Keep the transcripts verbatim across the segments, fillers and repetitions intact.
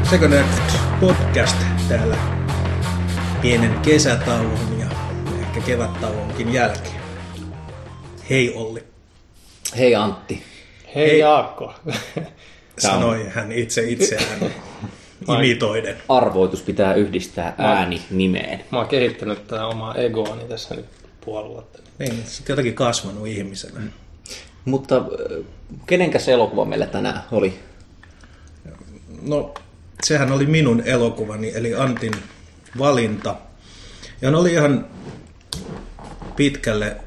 Second Act Podcast täällä pienen kesätauon ja ehkä kevättauonkin jälkeen. Hei Olli. Hei Antti. Hei, Hei Jaakko. Sanoi hän itse itseään imitoiden. Arvoitus pitää yhdistää ääni nimeen. Mä oon kehittänyt tätä omaa egoani tässä nyt puoli vuotta. Niin, sä oot jotenkin kasvanut ihmisenä. Mm. Mutta kenenkäs elokuva meillä tänään oli? No, sehän oli minun elokuvani, eli Antin valinta. Ja ne oli ihan pitkälle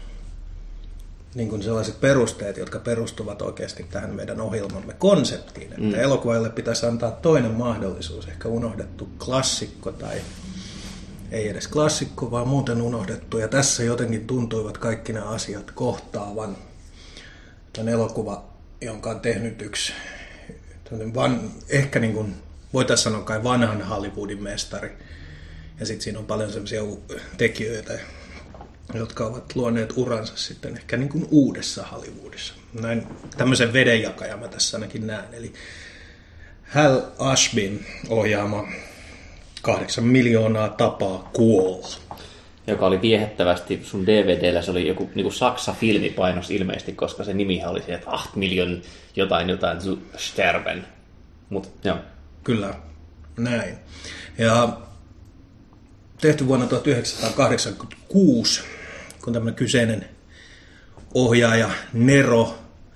niin kuin sellaiset perusteet, jotka perustuvat oikeasti tähän meidän ohjelmamme konseptiin. Että mm. elokuvalle pitäisi antaa toinen mahdollisuus, ehkä unohdettu klassikko tai ei edes klassikko, vaan muuten unohdettu. Ja tässä jotenkin tuntuivat kaikki nämä asiat kohtaavan. Tämä elokuva, jonka on tehnyt yksi, van, ehkä niin kuin voitaisiin sanoa kai vanhan Hollywoodin mestari. Ja sitten siinä on paljon sellaisia tekijöitä, jotka ovat luoneet uransa sitten ehkä niin kuin uudessa Hollywoodissa. Näin tämmöisen vedenjakajan mä tässä ainakin näen. Eli Hal Ashbyn ohjaama kahdeksan miljoonaa tapaa kuolla. Joka oli viehättävästi sun D V D:llä, se oli joku niin kuin Saksa-filmipainos ilmeisesti, koska se nimihän oli se, että acht miljoon jotain jotain zu sterben. Mut, joo. Kyllä, näin. Ja tehty vuonna tuhatyhdeksänsataakahdeksankymmentäkuusi, kun tämmöinen kyseinen ohjaaja Nero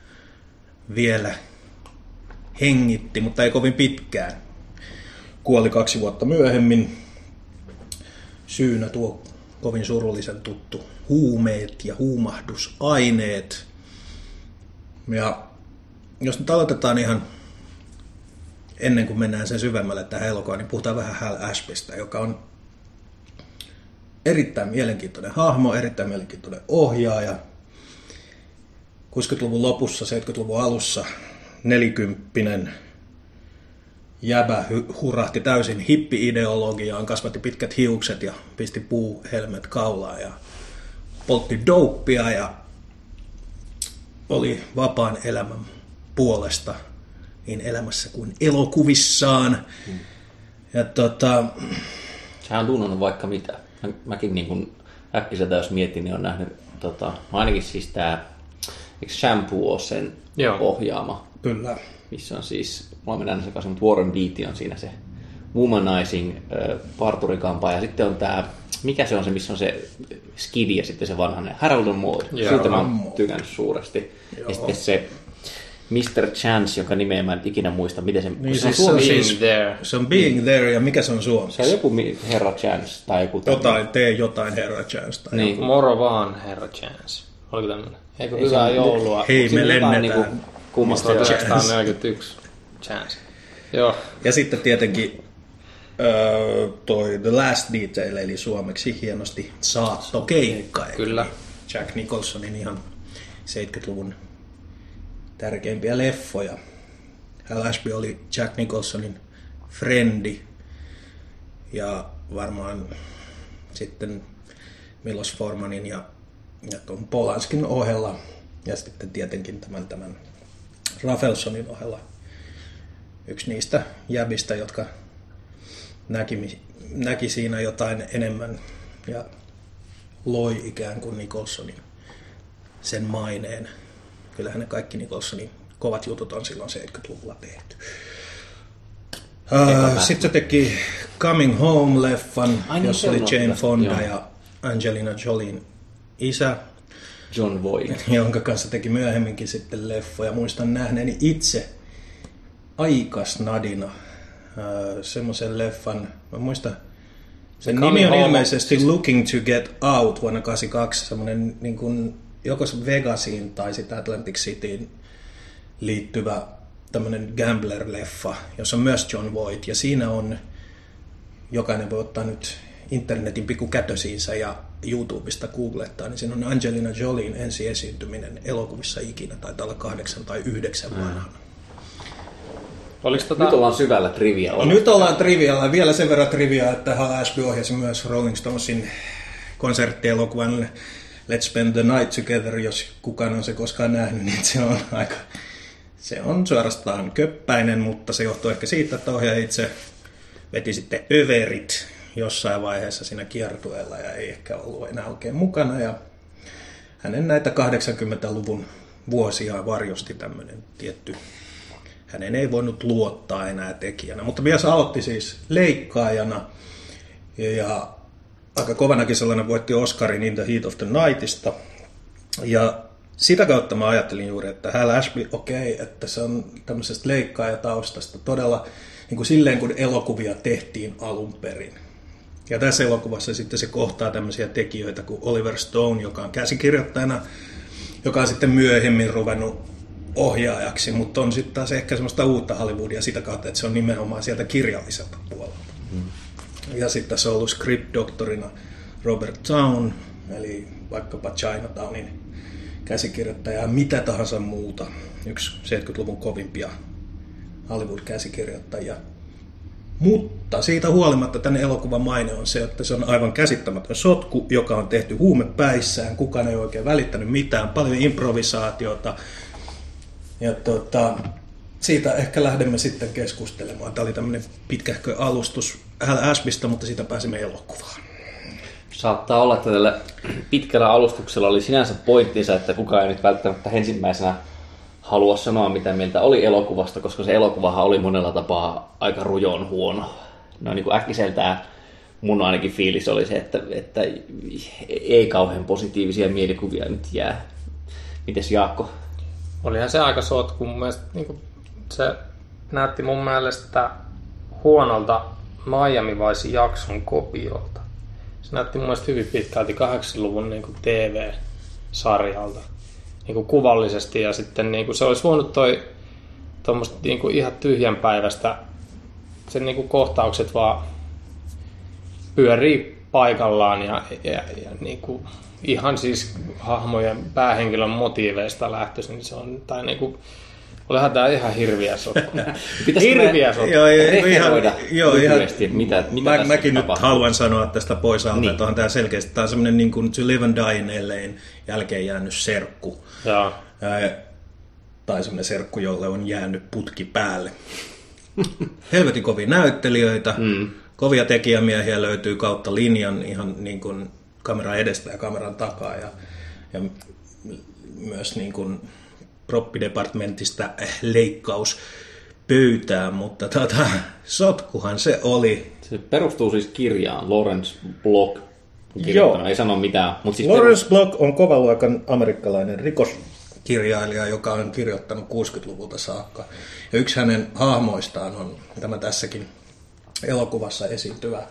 vielä hengitti, mutta ei kovin pitkään. Kuoli kaksi vuotta myöhemmin. Syynä tuo kovin surullisen tuttu huumeet ja huumahdusaineet. Ja jos nyt aloitetaan ihan ennen kuin mennään sen syvemmälle tähän elokuvaan, niin puhutaan vähän Hal Ashbystä, joka on erittäin mielenkiintoinen hahmo, erittäin mielenkiintoinen ohjaaja. kuusikymmentäluvun lopussa, seitsemänkymmentäluvun alussa nelikymppinen jäbä hurahti täysin hippi-ideologiaan, kasvatti pitkät hiukset ja pisti puuhelmet kaulaan ja poltti douppia ja oli vapaan elämän puolesta niin elämässä kuin elokuvissaan. Hmm. Ja tota... Sehän on tunnunut vaikka mitä. Mäkin niin kun äkkiseltä jos mietin, niin on nähnyt tota, ainakin siis tää, eikö Shampoo ole sen Joo. ohjaama? Kyllä. Missä on siis, mulla on nähnyt sekaisin, mutta Warren Beatty on siinä se womanizing äh, parturikampa. Ja sitten on tää, mikä se on se, missä on se skidi ja sitten se vanhainen Harold and Maude. Siltä mä oon tykännyt suuresti. Joo. Ja sitten se mister Chance, jonka nimeä mä en ikinä muista, miten se, niin, se siis on suomi. Se on siis, there. Se on Being niin. There, ja mikä se on suomeksi? Se on joku herra Chance tai joku jotain, tee jotain herra Chance. Tai niin, moro vaan herra Chance. Oliko tämmöinen? Eikö Ei, hyvää joulua? Hei, me lennetään. Niinku kummasta tuhatyhdeksänsataaneljäkymmentäyksi Chance. Joo. Ja sitten tietenkin uh, toi The Last Detail, eli suomeksi hienosti saattokeikka. Kyllä. Jack Nicholsonin ihan seitsemänkymmentäluvun tärkeimpiä leffoja. Hal Ashby oli Jack Nicholsonin frendi ja varmaan sitten Milos Formanin ja, ja tuon Polanskin ohella ja sitten tietenkin tämän, tämän Rafelsonin ohella yksi niistä jäbistä, jotka näki, näki siinä jotain enemmän ja loi ikään kuin Nicholsonin sen maineen. Kyllähän ne kaikki Nicholsonin kovat jutut on silloin seitsemänkymmentäluvulla tehty. Uh, Sitten se teki Coming Home-leffan, Ai, jossa oli Jane Fonda joo. ja Angelina Jolien isä. John Voight. Jonka kanssa teki myöhemminkin sitten leffoja. Muistan nähneeni itse aikasnadina uh, semmoisen leffan. Mä muistan, sen The nimi on home. ilmeisesti siis... Looking to Get Out vuonna kahdeksankymmentäkaksi. Semmoinen niin kuin joko Vegasiin tai sitten Atlantic Cityin liittyvä tämmöinen gambler-leffa, jossa on myös John Voight. Ja siinä on, jokainen voi ottaa nyt internetin pikkukätösiinsä ja YouTubesta googlettaa, niin siinä on Angelina Jolien ensi esiintyminen elokuvissa ikinä. Taitaa olla kahdeksan tai yhdeksän vanhana. Tota... Nyt ollaan syvällä trivialla. Nyt ollaan trivialla. Vielä sen verran triviaa, että Hal Ashby ohjasi myös Rolling Stonesin konserttielokuvan Let's Spend the Night Together, jos kukaan on se koskaan nähnyt, niin se on aika se on suorastaan köppäinen, mutta se johtuu ehkä siitä, että ohjaaja itse veti sitten överit jossain vaiheessa siinä kiertueella ja ei ehkä ollut enää oikein mukana. Ja hänen näitä kahdeksankymmentäluvun vuosia varjosti tämmöinen tietty, hänen ei voinut luottaa enää tekijänä. Mutta mies aloitti siis leikkaajana ja aika kovanakin sellainen voitti Oscarin In the Heat of the Nightista. Ja sitä kautta mä ajattelin juuri, että Hal Ashby, okei, okay, että se on tämmöisestä leikkaajataustasta todella niin kuin silleen, kun elokuvia tehtiin alun perin. Ja tässä elokuvassa sitten se kohtaa tämmöisiä tekijöitä kuin Oliver Stone, joka on käsikirjoittajana, joka on sitten myöhemmin ruvennut ohjaajaksi, mutta on sitten taas ehkä semmoista uutta Hollywoodia sitä kautta, että se on nimenomaan sieltä kirjalliselta puolelta. Mm. Ja sitten tässä on ollut script-doktorina Robert Town, eli vaikkapa Chinatownin käsikirjoittaja ja mitä tahansa muuta. Yksi seitsemänkymmentäluvun kovimpia Hollywood-käsikirjoittajia. Mutta siitä huolimatta tänne elokuvan maine on se, että se on aivan käsittämätön sotku, joka on tehty huumepäissään. Kukaan ei oikein välittänyt mitään, paljon improvisaatiota. Ja tota, siitä ehkä lähdemme sitten keskustelemaan. Tämä oli tämmöinen pitkähkö alustus Hal Ashbystä, mutta siitä pääsimme elokuvaan. Saattaa olla, että tällä pitkällä alustuksella oli sinänsä pointtinsa, että kukaan ei nyt välttämättä ensimmäisenä halua sanoa, mitä mieltä oli elokuvasta, koska se elokuvahan oli monella tapaa aika rujon huono. No niin kuin äkkiseltään mun ainakin fiilis oli se, että, että ei kauhean positiivisia mielikuvia nyt jää. Mites Jaakko? Olihan se aika sotku. Mun mielestä niin kuin se näytti mun mielestä huonolta Miami Vice jakson kopiolta. Se näytti mun mielestä hyvin pitkälti kahdeksankymmentäluvun niin kuin T V-sarjalta. Niin kuin kuvallisesti ja sitten niin kuin se olisi voinut toi tuommoista niin kuin ihan tyhjänpäiväistä sen niin kuin kohtaukset vaan pyörii paikallaan ja, ja, ja niin kuin ihan siis hahmojen päähenkilön motiiveista lähtöisin, niin se on tai niin kuin olihan tää ihan hirviä sotku. Hirviä sotku. Joo, ihan, joo, lyhyesti, ihan, mitä, mitä mä, mäkin nyt haluan sanoa tästä pois alta, niin. Että on tää selkeästi, tää on semmoinen niin kuin To Live and Die in L A:n jälkeen jäänyt serkku. Joo. Ää, tai semmoinen serkku, jolle on jäänyt putki päälle. Helvetin kovia näyttelijöitä, mm. kovia tekijämiehiä löytyy kautta linjan ihan niin kuin kameran edestä ja kameran takaa ja, ja myös niin kuin proppidepartmentista leikkaus pöytään, mutta tota, sotkuhan se oli. Se perustuu siis kirjaan, Lawrence Block kirjoittanut, ei sano mitään. Mutta siis Lawrence perustuu... Block on kovan luokan amerikkalainen rikoskirjailija, joka on kirjoittanut kuusikymmentäluvulta saakka. Ja yksi hänen hahmoistaan on tämä tässäkin elokuvassa esiintyvä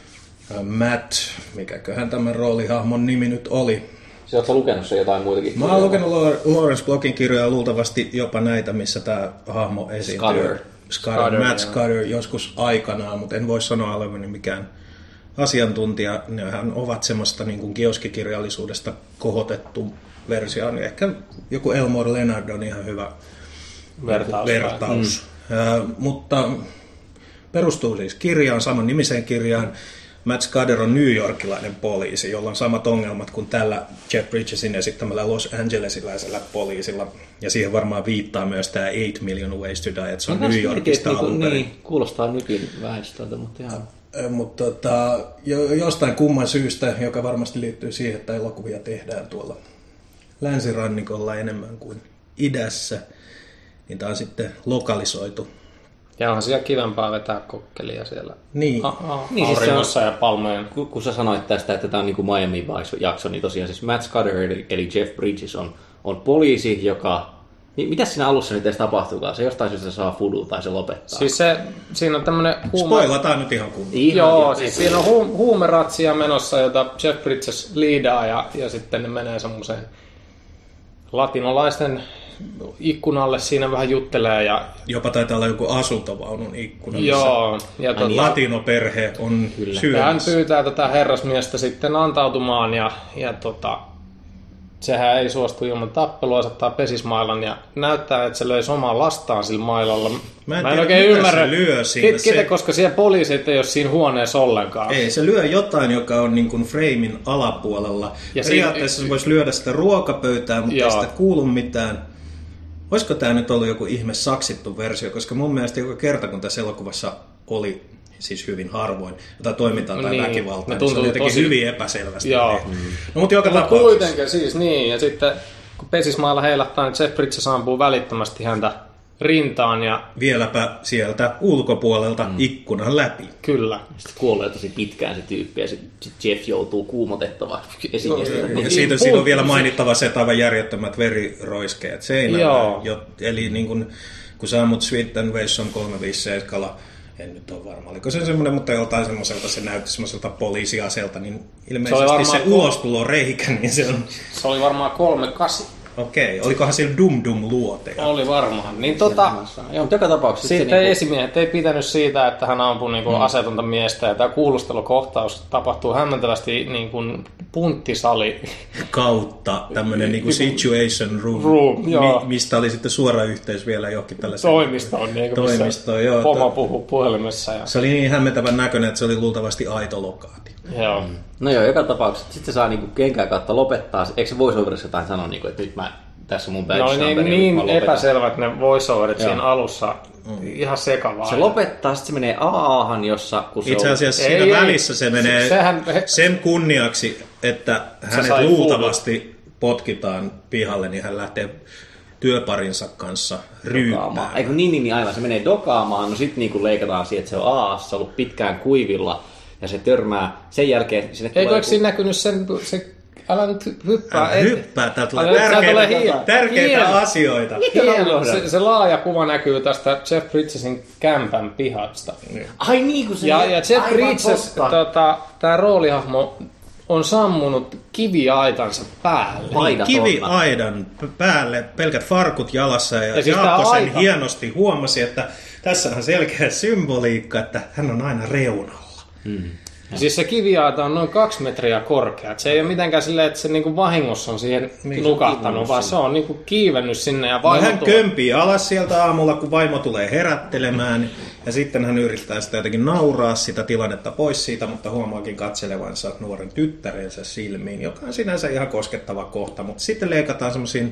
Matt, mikäköhän tämän roolihahmon nimi nyt oli. Sä ootko lukenut sen jotain muitakin? Mä oon lukenut Lawrence Blockin kirjoja luultavasti jopa näitä, missä tämä hahmo esiintyy. Scudder. Scudder, Scudder Matt Scudder joskus aikanaan, mutta en voi sanoa olevani mikään asiantuntija. Nehän ovat semmoista niin kuin kioskikirjallisuudesta kohotettu versio. Ehkä joku Elmore Leonard on ihan hyvä vertaus. vertaus. Mm. Uh, mutta perustuu siis kirjaan, saman nimiseen kirjaan. Matt Scudder on New Yorkilainen poliisi, jolla on samat ongelmat kuin tällä Jeff Bridgesin esittämällä Los Angelesiläisellä poliisilla. Ja siihen varmaan viittaa myös tämä eight million Ways to Die, että se on no, New Yorkista niin, alun perin. Niin, kuulostaa nykyväestöltä, mutta ihan... Mutta tota, jostain kumman syystä, joka varmasti liittyy siihen, että elokuvia tehdään tuolla länsirannikolla enemmän kuin idässä, niin tämä on sitten lokalisoitu. Ja onhan siellä kivempaa vetää kokkelia siellä niin. a- a- niin auringossa siis ja palmojen. Kun, kun sä sanoit tästä, että tämä on niin kuin Miami Vice-jakso, niin tosiaan siis Matt Scudder eli Jeff Bridges on, on poliisi, joka... Mitäs siinä alussa nyt edes tapahtuukaan? Se jostain syystä saa fudua tai se lopettaa. Siis se, siinä on tämmönen... Huume... Spoilataan nyt ihan kunnolla. Joo, ihan siis siinä on hu- huumeratsia menossa, jota Jeff Bridges liidaa ja, ja sitten ne menee semmoiseen latinolaisten ikkunalle siinä vähän juttelee. Ja... Jopa taitaa olla joku asuntovaunun ikkuna, Joo. Ja tuota... latinoperhe on syömässä. Hän pyytää tätä herrasmiestä sitten antautumaan ja, ja tota... Sehän ei suostu ilman tappelua, asettaa pesismailan ja näyttää, että se löisi omaa lastaan sillä mailalla. Mä en, Mä en tiedä, oikein ymmärrä, kit, se... koska siellä poliisit ei ole siinä huoneessa ollenkaan. Ei, se lyö jotain, joka on niin kuin framin alapuolella. Ja periaatteessa siinä... se voisi lyödä sitä ruokapöytää, mutta Joo. ei sitä kuulu mitään. olisiko tämä nyt ollut joku ihme saksittu versio, koska mun mielestä joka kerta, kun tässä elokuvassa oli siis hyvin harvoin, jota toimintaa tai niin, väkivaltaa, niin se on jotenkin tosi hyvin epäselvästi. Joo. Mm. No, mutta joka no, tapauksessa. Kuitenkin siis niin, ja sitten kun pesismailla heilahtaa, niin Jeff Bridges ampuu välittömästi häntä rintaan. Ja vieläpä sieltä ulkopuolelta mm. ikkunan läpi. Kyllä. Sitten kuolee tosi pitkään se tyyppi, ja sitten Jeff joutuu kuumotettavaksi esimiestä. No, ja siitä, siitä on vielä mainittava se, että aivan järjettömät veriroiskeet seinällä. Jo, eli niin kun, kun sä ammut Sweet and Wesson kolme viisi seitsemän, en nyt ole varma, oliko se semmoinen, mutta joltain semmoiselta se näytti semmoiselta poliisiaselta, niin ilmeisesti se, se ulostuloreikä, niin se on... Se oli varmaan kolme kasi. Okei, olikohan siellä dum-dum-luoteja? Oli varmaan. Niin tota, joo, joka tapauksessa sitten niinku... esimiehet ei pitänyt siitä, että hän ampui niinku mm. asetonta miestä, ja tämä kuulustelukohtaus tapahtuu hämmentävästi niinku punttisali kautta tämmöinen niinku situation room, room mi- mistä oli sitten suora yhteys vielä johonkin tällaiseen toimistoon, niin toimistoon, joo, pomo puhuu puhelimessa. Ja... Se oli niin hämmentävän näköinen, että se oli luultavasti aito lokaatio. Joo. Mm. No joo, joka tapauksessa sitten se saa niinku kenkään kautta lopettaa. Eikö se voiceoverissa jotain sanoa, niinku, että nyt mä, tässä on mun badge no, number, niin, niin epäselvät ne voiceoverit siinä alussa. Mm. Ihan sekavaa. Se lopettaa, sitten se menee A-han, jossa... Kun se itse asiassa on... siinä ei, välissä se menee sehän... sen kunniaksi, että hänet luultavasti puhua. Potkitaan pihalle, niin hän lähtee työparinsa kanssa ryyppäämään. Eikö niin, niin aivan, se menee dokaamaan, no sitten niin leikataan siihen, että se on A-assa ollut pitkään kuivilla, ja se törmää sen jälkeen... Sinne eikö joku... siinä näkynyt sen... Se... Älä nyt hyppää. Älä hyppää, täällä tulee tärkeitä, hie- tärkeitä hieno. asioita. Hieno. Se, se laaja kuva näkyy tästä Jeff Bridgesin kämpän pihasta. Niin. Ai niin kuin se... Ja, ja Jeff Bridges, tota, tämä roolihahmo, on sammunut kiviaitansa päälle. Niin, kiviaidan päälle, pelkät farkut jalassa, ja, ja siis Jaakko sen hienosti huomasi, että tässä on selkeä symboliikka, että hän on aina reunalla. Hmm. Ja siis se kiviaita on noin kaksi metriä korkea. Se ei ole mitenkään silleen, että se niinku vahingossa on siihen niin, nukahtanut, vaan se on niinku kiivennyt sinne. Ja no, hän kömpii alas sieltä aamulla, kun vaimo tulee herättelemään. Ja sitten hän yrittää sitä jotenkin nauraa sitä tilannetta pois siitä, mutta huomaakin katselevansa nuoren tyttärensä silmiin, joka on sinänsä ihan koskettava kohta. Mutta sitten leikataan semmoisiin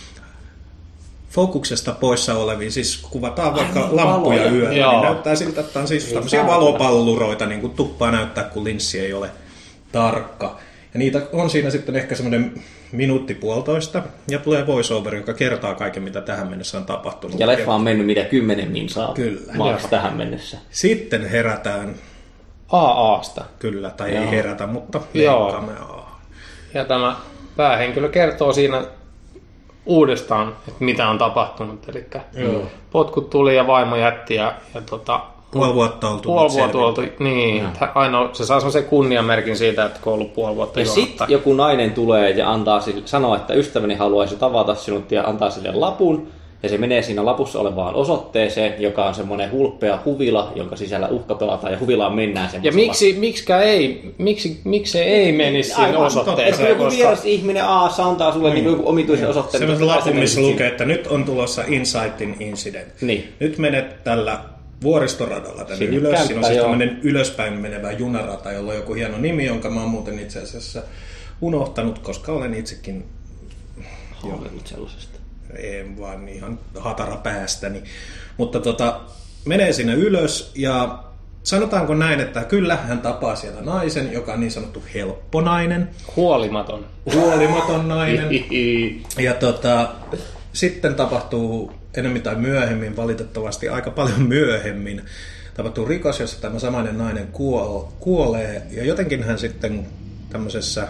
fokuksesta poissa oleviin, siis kuvataan vaikka Ai, lampuja valoja. Yöllä, Joo. niin näyttää siltä, että on siis tämmöisiä valopalluroita, niin kuin tuppaa näyttää, kun linssi ei ole tarkka. Ja niitä on siinä sitten ehkä semmoinen minuutti puolitoista, ja tulee voiceover, joka kertaa kaiken, mitä tähän mennessä on tapahtunut. Ja leffa on mennyt mitä kymmenen minsaa Kyllä. tähän mennessä. Sitten herätään A A:sta. Kyllä, tai Joo. ei herätä, mutta leikkaamme A. Ja tämä päähenkilö kertoo siinä uudestaan, että mitä on tapahtunut. Eli mm. potkut tuli ja vaimo jätti ja, ja tota, puoli vuotta oltu. Puoli vuotta oltu, niin. Mm. Ainoa, se saa semmoisen kunniamerkin siitä, että kun on ollut puoli vuotta. Ja sitten joku nainen tulee ja antaa sille, sanoo, että ystäväni haluaisi tavata sinut ja antaa sille lapun. Ja se menee siinä lapussa olevaan osoitteeseen, joka on semmoinen hulppea huvila, jonka sisällä uhka pelataan ja huvilaan mennään semmoisella. Ja miksi, miksikä ei, miksi, miksi se ei menisi siihen osoitteeseen? Joku koska... vieras ihminen Aassa antaa sulle mm. niin omituisen osoitteen. Semmoisen lapun, missä lukee, että nyt on tulossa Insightin incident. Niin. Nyt menet tällä vuoristoradalla tänne sinne ylös. Kämppä, siinä on siis tämmöinen ylöspäin menevä junarata, jolla on joku hieno nimi, jonka mä oon muuten itse asiassa unohtanut, koska olen itsekin haaveillut sellaisesta. En vaan ihan hatara päästäni. Mutta tota, menee sinne ylös ja sanotaanko näin, että kyllä hän tapaa siellä naisen, joka on niin sanottu helpponainen. Huolimaton. Huolimaton nainen. Ja tota, sitten tapahtuu enemmän tai myöhemmin, valitettavasti aika paljon myöhemmin, tapahtuu rikos, jossa tämä samainen nainen kuolee. Ja jotenkin hän sitten tämmöisessä...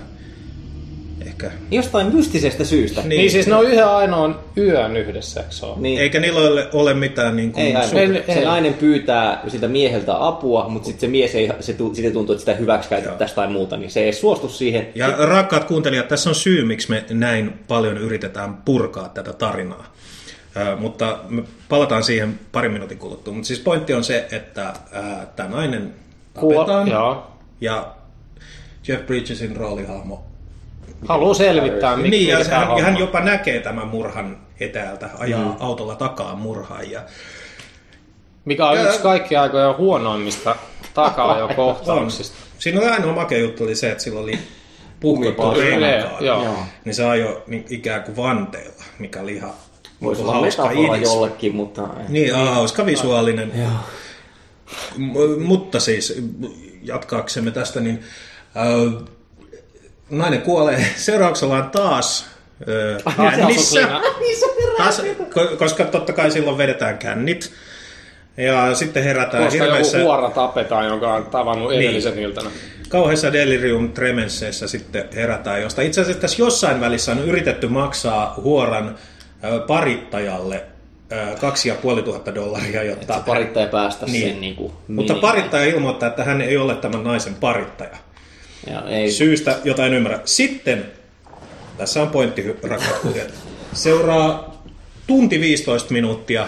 Ehkä. Jostain mystisestä syystä. Niin, niin siis ne on yhden ainoan yön yhdessä, eikö se ole? Niin. Eikä niillä ole, ole mitään niin kuin... Ei, ei, se ei. Nainen pyytää sitä mieheltä apua, mutta sitten se mies ei, se, siitä tuntuu, että sitä hyväksikäytettäisiin tai muuta, niin se ei suostu siihen. Ja sitten... rakkaat kuuntelijat, tässä on syy, miksi me näin paljon yritetään purkaa tätä tarinaa. Äh, mutta me palataan siihen parin minuutin kuluttua. Mutta siis pointti on se, että äh, tämä nainen tapetaan Kuo, ja Jeff Bridgesin roolihahmo haluaa selvittää, mikä niin, ja hän, ja hän jopa näkee tämän murhan etäältä, ajaa mm. autolla takaa murhaan. Ja... Mikä on ja... yksi kaikkien aikojen huonoimmista takaa jo kohtauksista. Siinä on ainoa makea juttu oli se, että sillä oli puhkottu renkaat, niin se ajoi niin ikään kuin vanteella, mikä oli ihan Voisi olla metafora jollekin, mutta... Niin, hauska visuaalinen. M- mutta siis, jatkaaksemme tästä, niin äh, nainen kuolee. Seurauksella on taas äh, kännissä, taas, koska totta kai silloin vedetään kännit. Ja sitten herätään koska hirveässä... joku huora tapetaan, joka on tavannut edellisen niin. iltana. Kauheassa delirium tremenseissä sitten herätään, josta itse asiassa tässä jossain välissä on yritetty maksaa huoran parittajalle kaksi ja puoli tuhatta dollaria, jotta... Että se parittaja päästä niin. sen niin kuin... Mutta parittaja ilmoittaa, että hän ei ole tämän naisen parittaja. Ja ei... Syystä, jota en ymmärrä. Sitten, tässä on pointti, rakkaat kuulijat. Seuraa tunti viisitoista minuuttia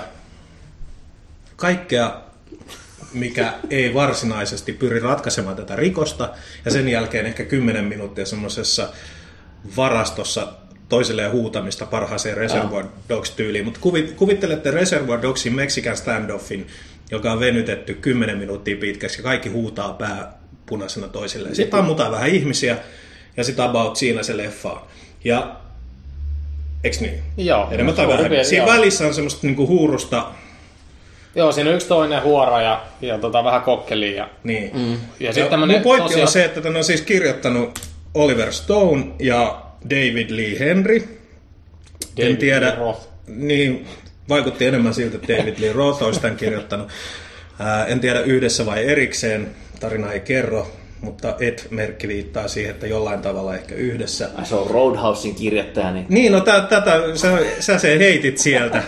kaikkea, mikä ei varsinaisesti pyri ratkaisemaan tätä rikosta, ja sen jälkeen ehkä kymmenen minuuttia semmoisessa varastossa toisilleen huutamista parhaaseen Reservoir Dogs-tyyliin. Mutta kuvittelette Reservoir Dogsin Mexican standoffin, joka on venytetty kymmenen minuuttia pitkäksi, ja kaikki huutaa pää punaisena toisilleen. Sitten ammutaan vähän ihmisiä, ja sitten about siinä se leffa on. Ja, eiks niin? Joo. Enemmän tai vähemmän. Siinä joo. Välissä on semmoista niinku huurusta. Joo, siinä on yksi toinen huora ja, ja tota, vähän kokkeli. Ja, niin. Mm. ja ja mun pointti tosiaan... on se, että tämän on siis kirjoittanut Oliver Stone ja David Lee Henry. David en tiedä, Lee Roth. Niin, vaikutti enemmän siltä, että David Lee Roth olisi tämän kirjoittanut. Ää, en tiedä yhdessä vai erikseen, tarina ei kerro, mutta et-merkki viittaa siihen, että jollain tavalla ehkä yhdessä. Se on Roadhousein kirjoittaja. Niin, niin no tätä, sä, sä se heitit sieltä.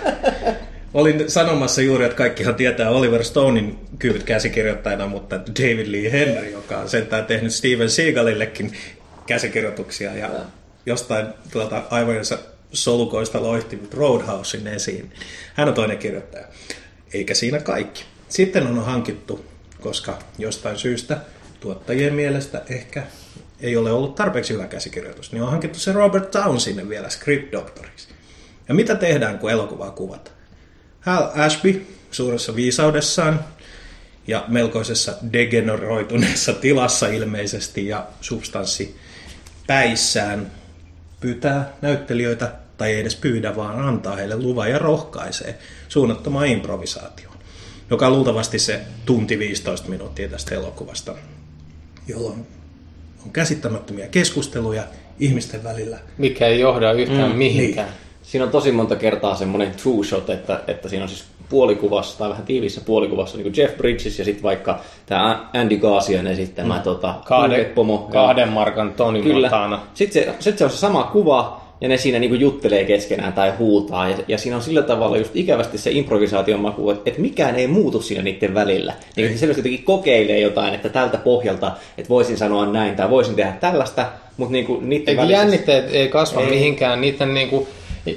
Olin sanomassa juuri, että kaikkihan tietää Oliver Stonein kyvyt käsikirjoittajana, mutta David Lee Henry, joka on sentään tehnyt Steven Seagalillekin käsikirjoituksia ja jostain tuota, aivojensa solukoista loihtinut Roadhousein esiin. Hän on toinen kirjoittaja. Eikä siinä kaikki. Sitten on hankittu, koska jostain syystä tuottajien mielestä ehkä ei ole ollut tarpeeksi hyvä käsikirjoitus, niin on hankittu se Robert Towne sinne vielä script doctoriksi. Ja mitä tehdään, kun elokuvaa kuvataan? Hal Ashby suuressa viisaudessaan ja melkoisessa degeneroituneessa tilassa ilmeisesti ja substanssi päissään pyytää näyttelijöitä, tai ei edes pyydä, vaan antaa heille luvan ja rohkaisee suunnattomaan improvisaatioon, joka on luultavasti se tunti viisitoista minuuttia tästä elokuvasta, jolloin on käsittämättömiä keskusteluja ihmisten välillä. Mikä ei johda yhtään mm, mihinkään. Niin. Siinä on tosi monta kertaa semmoinen two shot, että, että siinä on siis puolikuvassa tai vähän tiiviissä puolikuvassa niin kuin Jeff Bridges ja sitten vaikka tämä Andy Garcian esittämä mm. tota, Kahde, pomo. Kahden markan Tony Montana. Sitten se, sit se on se sama kuva ja ne siinä niin kuin juttelee keskenään tai huutaa ja, ja siinä on sillä tavalla just ikävästi se improvisaation maku, että, että mikään ei muutu siinä niiden välillä. Niin se selvästi jotenkin kokeilee jotain, että tältä pohjalta, että voisin sanoa näin tai voisin tehdä tällaista, mutta niin kuin niiden välissä... Jännitteet ei kasva ei. mihinkään, niiden niin kuin...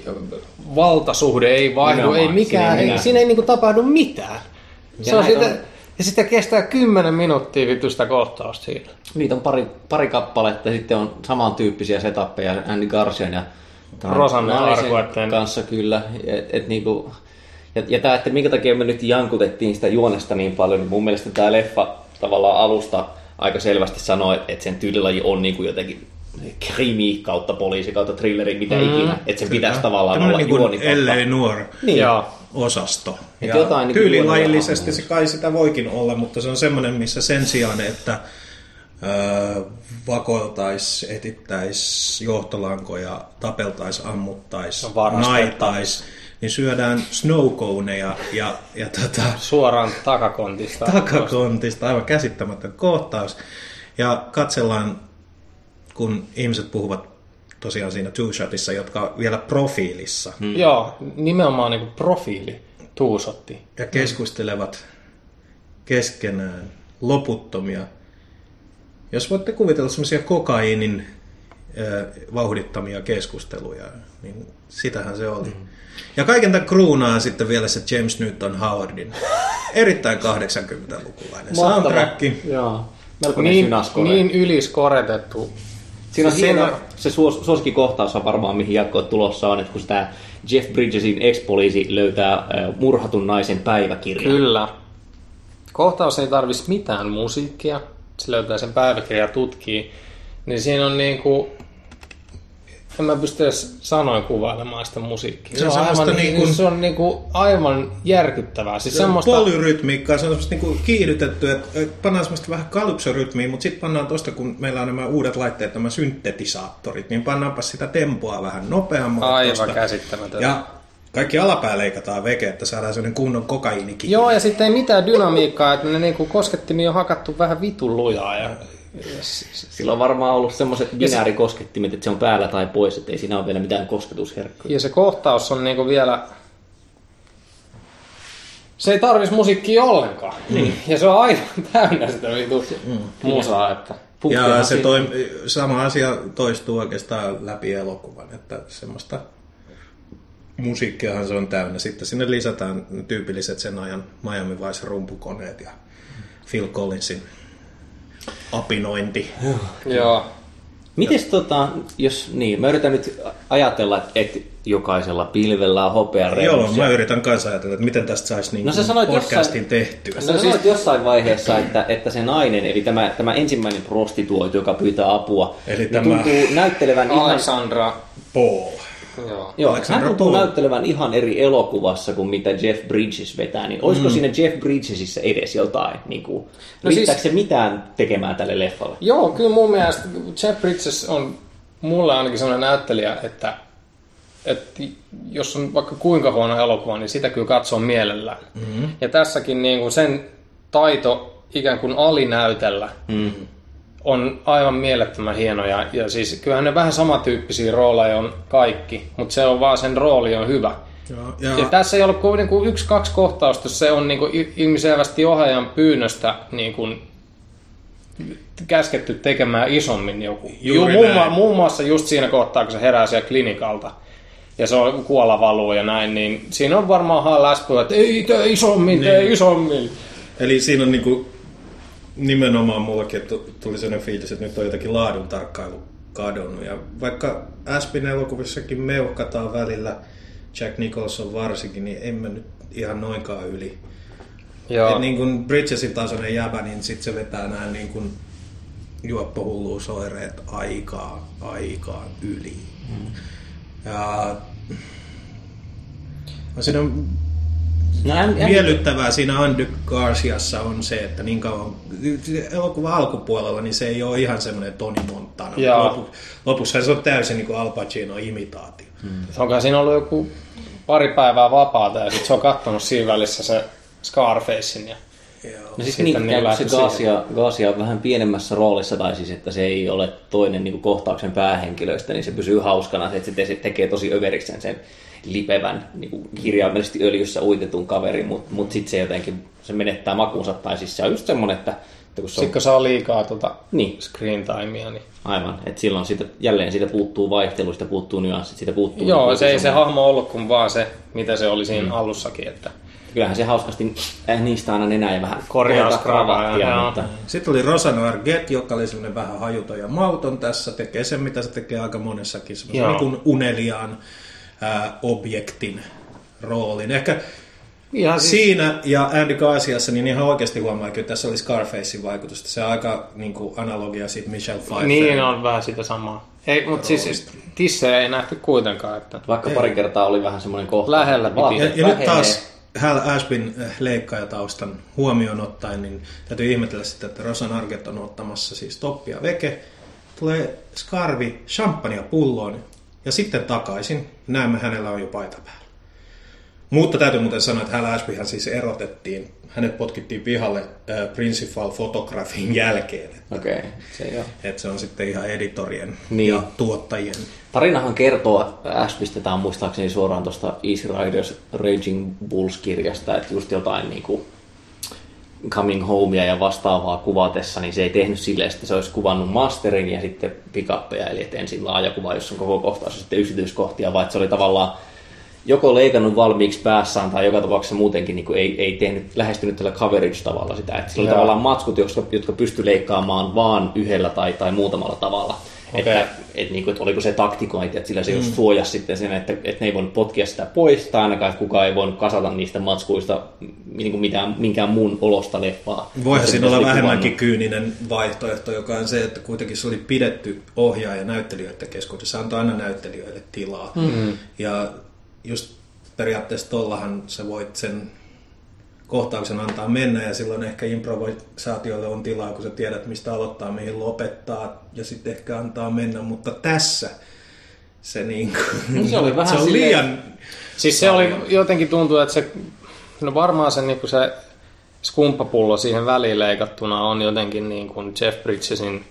valtasuhde ei vaihdu, ei mikään, siinä ei, siinä ei niinku tapahdu mitään. Se on sitä, on... Ja sitten kestää kymmenen minuuttia vitystä kohtausta siinä. Niitä on pari, pari kappaletta ja sitten on samantyyppisiä setappeja Andy Garcian ja Rosanne Arquetten kanssa kyllä. Et, et niinku, ja ja tämä, että minkä takia me nyt jankutettiin sitä juonesta niin paljon, niin mun mielestä tämä leffa tavallaan alusta aika selvästi sanoo, että sen tyylilaji on niinku jotenkin krimi kautta poliisi kautta thrilleri, mitä mm, ikinä. Että sen pitäisi tavallaan tällainen olla niin juoni kautta. L A Noir niin. osasto. Ja jotain niin tyylilajillisesti se kai sitä voikin olla, mutta se on semmoinen, missä sen sijaan, että öö, vakoiltaisi, etittäisi johtolankoja, tapeltaisi, ammuttaisi, naitaisi, niin syödään snowconeja ja, ja tota, suoraan takakontista. Takakontista, aivan käsittämätön kohtaus. Ja katsellaan, kun ihmiset puhuvat tosiaan siinä two-shotissa, jotka on vielä profiilissa. Hmm. Joo, nimenomaan niin kuin profiili two-shotti. Ja keskustelevat keskenään loputtomia. Jos voitte kuvitella semmoisia kokaiinin äh, vauhdittamia keskusteluja, niin sitähän se oli. Hmm. Ja kaiken tämän kruunaa sitten vielä se James Newton Howardin erittäin kahdeksankymmentälukulainen soundtrack. Joo. Niin, niin yliskoretettu. Siinä on hieno, se suos, suosikkikohtaus on varmaan mihin jatkoot tulossa on, että kun tämä Jeff Bridgesin ex-poliisi löytää äh, murhatun naisen päiväkirjan. Kyllä. Kohtaus ei tarvitsisi mitään musiikkia, se löytää sen päiväkirjan ja tutkii. Niin siinä on niinku en mä pysty edes sanoin kuvailemaan sitä musiikkia. Se on, se on, aivan, niin kuin, se on niin kuin aivan järkyttävää. Siis se semmoista... polyrytmiikkaa, se on semmoista niin kuin kiihdytetty, että pannaan semmoista vähän kalypsorytmiä, mutta sitten pannaan tuosta, kun meillä on nämä uudet laitteet, nämä syntetisaattorit, niin pannaanpa sitä tempoa vähän nopeammalla. Aivan tosta. käsittämätöntä. Ja kaikki alapää leikataan veke, että saadaan sellainen kunnon kokaiinikin. Joo, ja sitten ei mitään dynamiikkaa, että ne niinku koskettimia on hakattu vähän vitun lujaa. Ja... Sillä on varmaan ollut semmoiset binäärikoskettimet, että se on päällä tai pois, että ei siinä ole vielä mitään kosketusherkkuja. Ja se kohtaus on niinku vielä... Se ei tarvitsisi musiikkia ollenkaan. Niin. Ja se on aivan täynnä sitä vitu mm. musaa. Että... Ja se toim... sama asia toistuu oikeastaan läpi elokuvan, että semmoista... Musiikkiahan se on täynnä. Sitten sinne lisätään tyypilliset sen ajan Miami Vice rumpukoneet ja Phil Collinsin apinointi. Joo. Mites tota, jos niin, mä yritän nyt ajatella, että et jokaisella pilvellä on hopeareunus. Joo, mä yritän kanssa ajatella, että miten tästä saisi niin no, podcastin jossain, tehtyä. No sä sanoit jossain vaiheessa, että, että se nainen, eli tämä, tämä ensimmäinen prostituoitu, joka pyytää apua, eli niin tämä tuntuu näyttelevän ihan... Alexandra Paul. Joo. Joo, hän tuntuu näyttelevän ihan eri elokuvassa kuin mitä Jeff Bridges vetää, niin olisiko mm. siinä Jeff Bridgesissa edes jotain? Niin kuin, no riittääkö siis, se mitään tekemään tälle leffalle? Joo, kyllä mun mielestä Jeff Bridges on mulle ainakin sellainen näyttelijä, että, että jos on vaikka kuinka huono elokuva, niin sitä kyllä katsoo mielellään. Mm-hmm. Ja tässäkin niin kuin sen taito ikään kuin alinäytellä mm. on aivan mielettömän hienoja. Ja siis kyllähän ne vähän samantyyppisiä rooleja on kaikki, mutta se on vaan sen rooli on hyvä. Joo, ja... Ja tässä ei ole kuin niin kuin yksi, kaksi kohtausta, se on niin kuin ilmiselvästi ohjaajan pyynnöstä niin kuin käsketty tekemään isommin joku. Ju, muun, muun muassa just siinä kohtaa, kun se herää siellä klinikalta ja se on kuolla valuu ja näin, niin siinä on varmaan läspöä, että ei tee isommin, niin. tee isommin. Eli siinä on niinku nimenomaan mullakin, että tuli sellainen fiilis, että nyt on jotakin laadun tarkkailu kadonnut. Ja vaikka Aspin elokuvissakin meuhkataan välillä, Jack Nicholson varsinkin, niin en mä nyt ihan noinkaan yli. Että niin kuin Bridgesin tasoinen jäbä, niin sitten se vetää nämä niin kuin juoppohulluusoireet aikaa, aikaa yli. Mm. Ja siinä on no, en, en... miellyttävää siinä Andy Garciassa on se, että niin kauan elokuvan alkupuolella niin se ei ole ihan semmoinen Tony Montana. Lopu, lopussa se on täysin niin kuin Al Pacino imitaatio. Mm. Onkohan siinä ollut joku pari päivää vapaata ja sitten se on katsonut siinä välissä se Scarfacein. Ja no siis niin, niin se Garcia, Garcia on vähän pienemmässä roolissa, tai siis että se ei ole toinen niin kuin kohtauksen päähenkilöistä, niin se pysyy hauskana, että se tekee tosi överiksen sen lipevän, niin kuin kirjaimellisesti öljyssä uitetun kaverin, mutta mut sitten se jotenkin se menettää makuunsa, tai siis se on just semmoinen, että kun se on... Sitten kun saa liikaa tuota niin. screen timea, niin... Aivan, että silloin siitä, jälleen siitä puuttuu vaihtelu, siitä puuttuu nyanssit, siitä puuttuu... Joo, niin se ei se hahmo ollut kuin vaan se, mitä se oli siinä mm. alussakin, että... Kyllähän se hauskasti äh, niistä aina nenää ja vähän korjauskravattia. Mutta... Sitten oli Rosanna Arquette, joka oli sellainen vähän hajuton ja mauton tässä, tekee sen, mitä se tekee aika monessakin, semmoisen niin kuin uneliaan äh, objektin roolin. Ehkä ihan siinä siis... ja Andy Garciassa niin ihan oikeasti huomaa, että tässä oli Scarfacein vaikutusta. Se on aika niin kuin analogia siitä Michelle Pfeiffer. Niin on vähän sitä samaa. Ei, mutta siis tissejä ei nähty kuitenkaan. Että... Vaikka ei. Pari kertaa oli vähän semmoinen kohta. Lähellä piti. Ja, ja nyt taas Hal Ashbyn leikkaajataustan huomioon ottaen, niin täytyy ihmetellä sitä, että Rosanna Arquette on ottamassa siis toppia veke. Tulee skarvi champagnea pulloon ja sitten takaisin. Näemme, hänellä on jo paita päällä. Mutta täytyy muuten sanoa, että Hal Ashbyhän siis erotettiin. Hänet potkittiin pihalle äh, Principal Photographin jälkeen. Okei, okay, se jo. Että se on sitten ihan editorien niin. ja tuottajien. Tarinahan kertoo Ashbystä, tämä on muistaakseni suoraan tuosta Easy Riders Raging Bulls-kirjasta, että just jotain niin kuin Coming Homea ja vastaavaa kuvatessa, niin se ei tehnyt silleen, että se olisi kuvannut masterin ja sitten pick-uppeja, eli että ensin laajakuva, jossa on koko kohtaus ja sitten yksityiskohtia, vaan että se oli tavallaan joko leikannut valmiiksi päässään tai joka tapauksessa muutenkin niin kuin ei, ei tehnyt, lähestynyt tällä coverage-tavalla sitä. Että sillä oli tavallaan matskut, jotka, jotka pystyi leikkaamaan vaan yhdellä tai, tai muutamalla tavalla. Okay. Että, että, niin kuin, että oliko se taktikointi, että sillä se mm. suojasi sitten sen, että, että ne ei voinut potkia sitä pois, tai ainakaan, että kukaan ei voinut kasata niistä matskuista niin kuin mitään, minkään muun olosta leffaa. Voihan siinä olla vähemmänkin kyyninen vaihtoehto, joka on se, että kuitenkin se oli pidetty ohjaaja ja näyttelijöiden keskuudessa. Se antoi aina näyttelijöille tilaa. Mm-hmm. Ja just periaatteessa tollahan sä voit sen kohtauksen antaa mennä, ja silloin ehkä improvisaatiolle on tilaa, kun sä tiedät, mistä aloittaa, mihin lopettaa, ja sitten ehkä antaa mennä, mutta tässä se, niin kuin, se oli vähän se on liian... Siis se oli jotenkin tuntuu, että se, no varmaan se, niin kuin se skumppapullo siihen väliin leikattuna on jotenkin niin kuin Jeff Bridgesin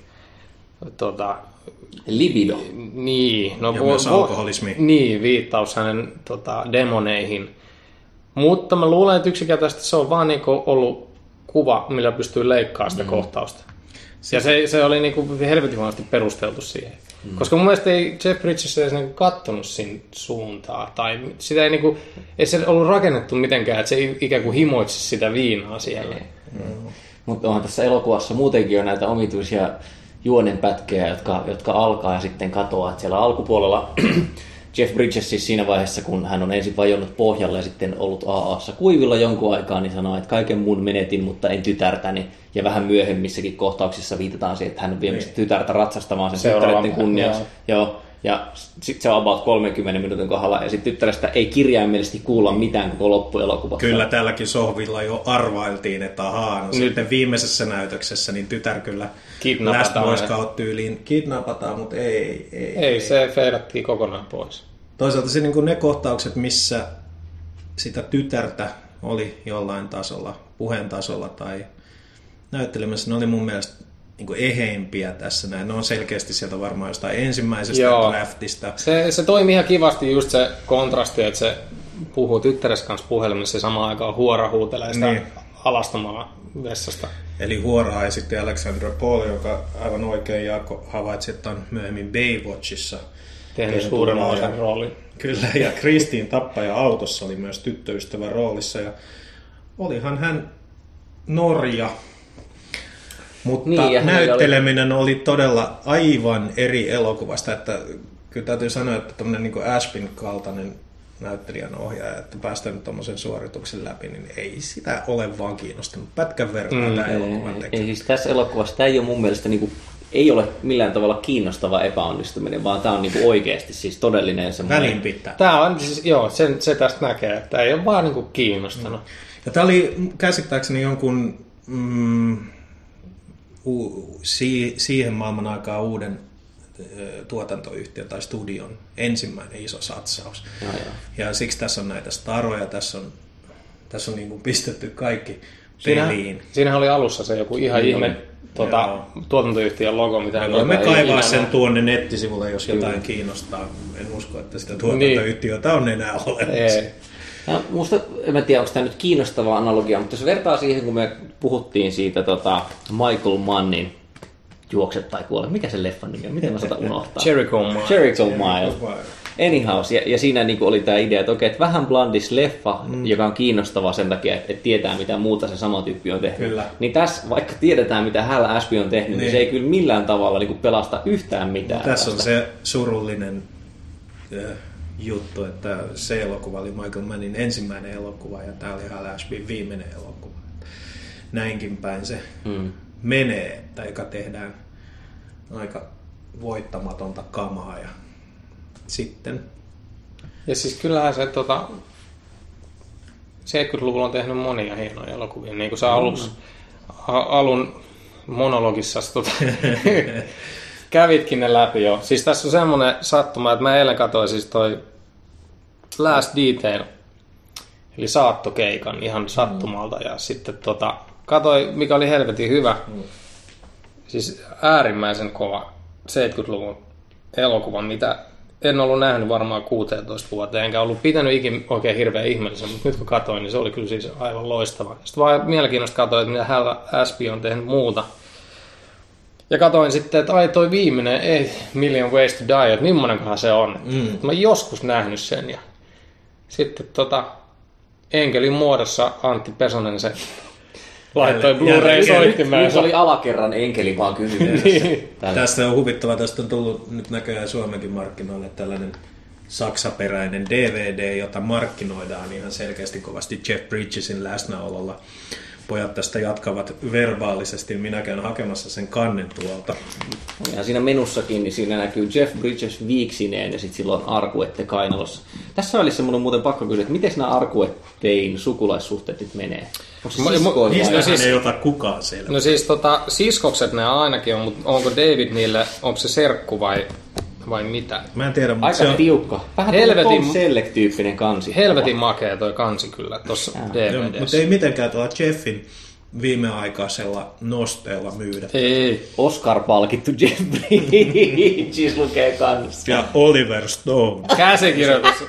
tota, libido. Niin, no, ja vo, myös alkoholismi. Niin, viittaus hänen tota, demoneihin. Mutta mä luulen, että yksinkertaisesti se on vaan niinku ollut kuva, millä pystyy leikkaamaan sitä mm. kohtausta. Ja se, se oli niinku helvetin huonosti perusteltu siihen. Mm. Koska mun mielestä ei Jeff Bridges edes niinku kattonut siinä suuntaa. Tai sitä ei, niinku, ei se ollut rakennettu mitenkään, että se ikään kuin himoitsisi sitä viinaa siellä. Mm. Mutta onhan tässä elokuvassa muutenkin jo näitä omituisia juonenpätkejä, jotka, jotka alkaa ja sitten katoaa. Että siellä alkupuolella Jeff Bridges siis siinä vaiheessa, kun hän on ensin vajonnut pohjalle ja sitten ollut A A:ssa kuivilla jonkun aikaa, niin sanoo, että kaiken muun menetin, mutta en tytärtäni. Ja vähän myöhemmissäkin kohtauksissa viitataan siihen, että hän on viemässä tytärtä ratsastamaan sen tyttäreiden kunniaksi. Joo. Ja sitten se on about kolmenkymmenen minuutin kohdalla, ja sitten tyttärestä ei kirjaimellisesti kuulla mitään koko loppuelokuvassa. Kyllä tälläkin sohvilla jo arvailtiin, että ahaa, no sitten viimeisessä näytöksessä niin tytär kyllä Last Boy Scout-tyyliin kidnapataan, mutta ei. Ei, ei, ei se feidattiin kokonaan pois. Toisaalta se, niin kuin ne kohtaukset, missä sitä tytärtä oli jollain tasolla, puheen tasolla tai näyttelemässä, ne oli mun mielestä niin kuin eheimpiä tässä näin. Ne on selkeästi sieltä varmaan jostain ensimmäisestä Joo. draftista. Se, se toimi ihan kivasti just se kontrasti, että se puhuu tyttäres kanssa puhelimessa ja samaan aikaan huora huutelee sitä niin alastomalla vessasta. Eli huoraa ja sitten Alexandra Paul, joka aivan oikein Jaakko havaitsi, että on myöhemmin Baywatchissa tehnyt suuren osan roolin. Kyllä, ja Kristiin Tappaja autossa oli myös tyttöystävän roolissa. Ja olihan hän Norja. Mutta niin, näytteleminen oli... oli todella aivan eri elokuvasta, että kyllä täytyy sanoa, että tämmöinen niin kuin Ashbyn kaltainen näyttelijän ohjaaja, että päästään nyt tommosen suorituksen läpi, niin ei sitä ole vaan kiinnostanut pätkän verran mm, tämä elokuvan tekijä. Ei, siis tässä elokuvassa tämä ei ole mun mielestä niin kuin, ei ole millään tavalla kiinnostava epäonnistuminen, vaan tämä on niin kuin oikeasti siis todellinen semmoinen. Välinpitää. Tämä on siis, joo, sen, se tästä näkee, että ei ole vaan niin kuin kiinnostanut. Mm. Ja tämä oli käsittääkseni jonkun Mm, U, si, siihen maailman aikaan uuden ö, tuotantoyhtiön tai studion ensimmäinen iso satsaus. Ja, ja. ja siksi tässä on näitä staroja, tässä on, tässä on niin kuin pistetty kaikki Siinä, peliin. Siinähän oli alussa se joku ihan ihme mm. tuota, tuotantoyhtiön logo. Mitä me voimme kaivaa sen tuonne nettisivulle, jos jotain Kyllä. kiinnostaa. En usko, että sitä tuotantoyhtiötä niin. on enää olemassa. Ei. No, musta, en tiedä, onko tämä nyt kiinnostava analogia, mutta jos vertaa siihen, kun me puhuttiin siitä tota, Michael Mannin Juokset tai kuole, mikä se leffan nimi on? Miten mä saatan unohtaa? Jericho Mile. Jericho Mile. Anyhow, ja, ja siinä niin oli tämä idea, että okei, että vähän blandis leffa, mm. joka on kiinnostava sen takia, että, että tietää, mitä muuta se sama tyyppi on tehnyt. Kyllä. Niin tässä, vaikka tiedetään, mitä Hal Ashby on tehnyt, niin, niin se ei kyllä millään tavalla niin pelasta yhtään mitään. Tässä tästä. On se surullinen äh, juttu, että se elokuva oli Michael Mannin ensimmäinen elokuva ja tämä oli Hal Ashbyn viimeinen elokuva. Näinkin päin se mm. menee, että eka tehdään aika voittamatonta kamaa ja sitten. Ja siis kyllähän se tota, seitsemänkymmentäluvulla on tehnyt monia hienoja elokuvia, niin kuin sä aluksi, a, alun monologissa tota, kävitkin ne läpi jo. Siis tässä on semmoinen sattuma, että mä eilen katsoin siis toi Last Detail, eli saattokeikan ihan sattumalta, ja sitten tota, katsoin, mikä oli helvetin hyvä, siis äärimmäisen kova seitsemänkymmentäluvun elokuva, mitä en ollut nähnyt varmaan kuusitoista vuoteen, enkä ollut pitänyt ikin oikein hirveän ihmeellisen, mutta nyt kun katsoin, niin se oli kyllä siis aivan loistava. Sitten vaan mielenkiintoista katsoin, että mitä Hal Ashby on tehnyt muuta. Ja katsoin sitten, että ai toi viimeinen, ei Million Ways to Die, että millainenkohan se on. Mm. Mä oon joskus nähnyt sen. Ja sitten tota, enkelin muodossa Antti Pesonen se laittoi Blu-ray-soittimeen. Nyt oli alakerran enkeli vaan kysymässä. Tästä on huvittava, tästä on tullut nyt näköjään Suomenkin markkinoille tällainen saksaperäinen D V D, jota markkinoidaan ihan selkeästi kovasti Jeff Bridgesin läsnäololla. Pojat tästä jatkavat verbaalisesti, minä käyn hakemassa sen kannen tuolta. Ja siinä menussakin, niin siinä näkyy Jeff Bridges viiksineen ja sitten silloin Arkuette kainalossa. Tässä välissä mun on muuten pakko kysyä, että miten nämä Arkuettein sukulaissuhteet nyt menee? Onko se siskoja? Niistä No siis, ei ota kukaan selvä. No siis tota, siskokset ne ainakin on, mutta onko David niille, onko se serkku vai, vai mitä? Mä en tiedä, mutta aika se on tiukka. Vähän helvetin, Tom Selleck-tyyppinen kansi. Helvetin makea toi kansi kyllä tuossa D V D:ssä. Mutta ei mitenkään tuolla Jeffin viimeaikaisella nosteella myydä. Ei. Oscar-palkittu Jeff Bridges lukee kanssa. Ja Oliver Stone. Käsikirjoitus.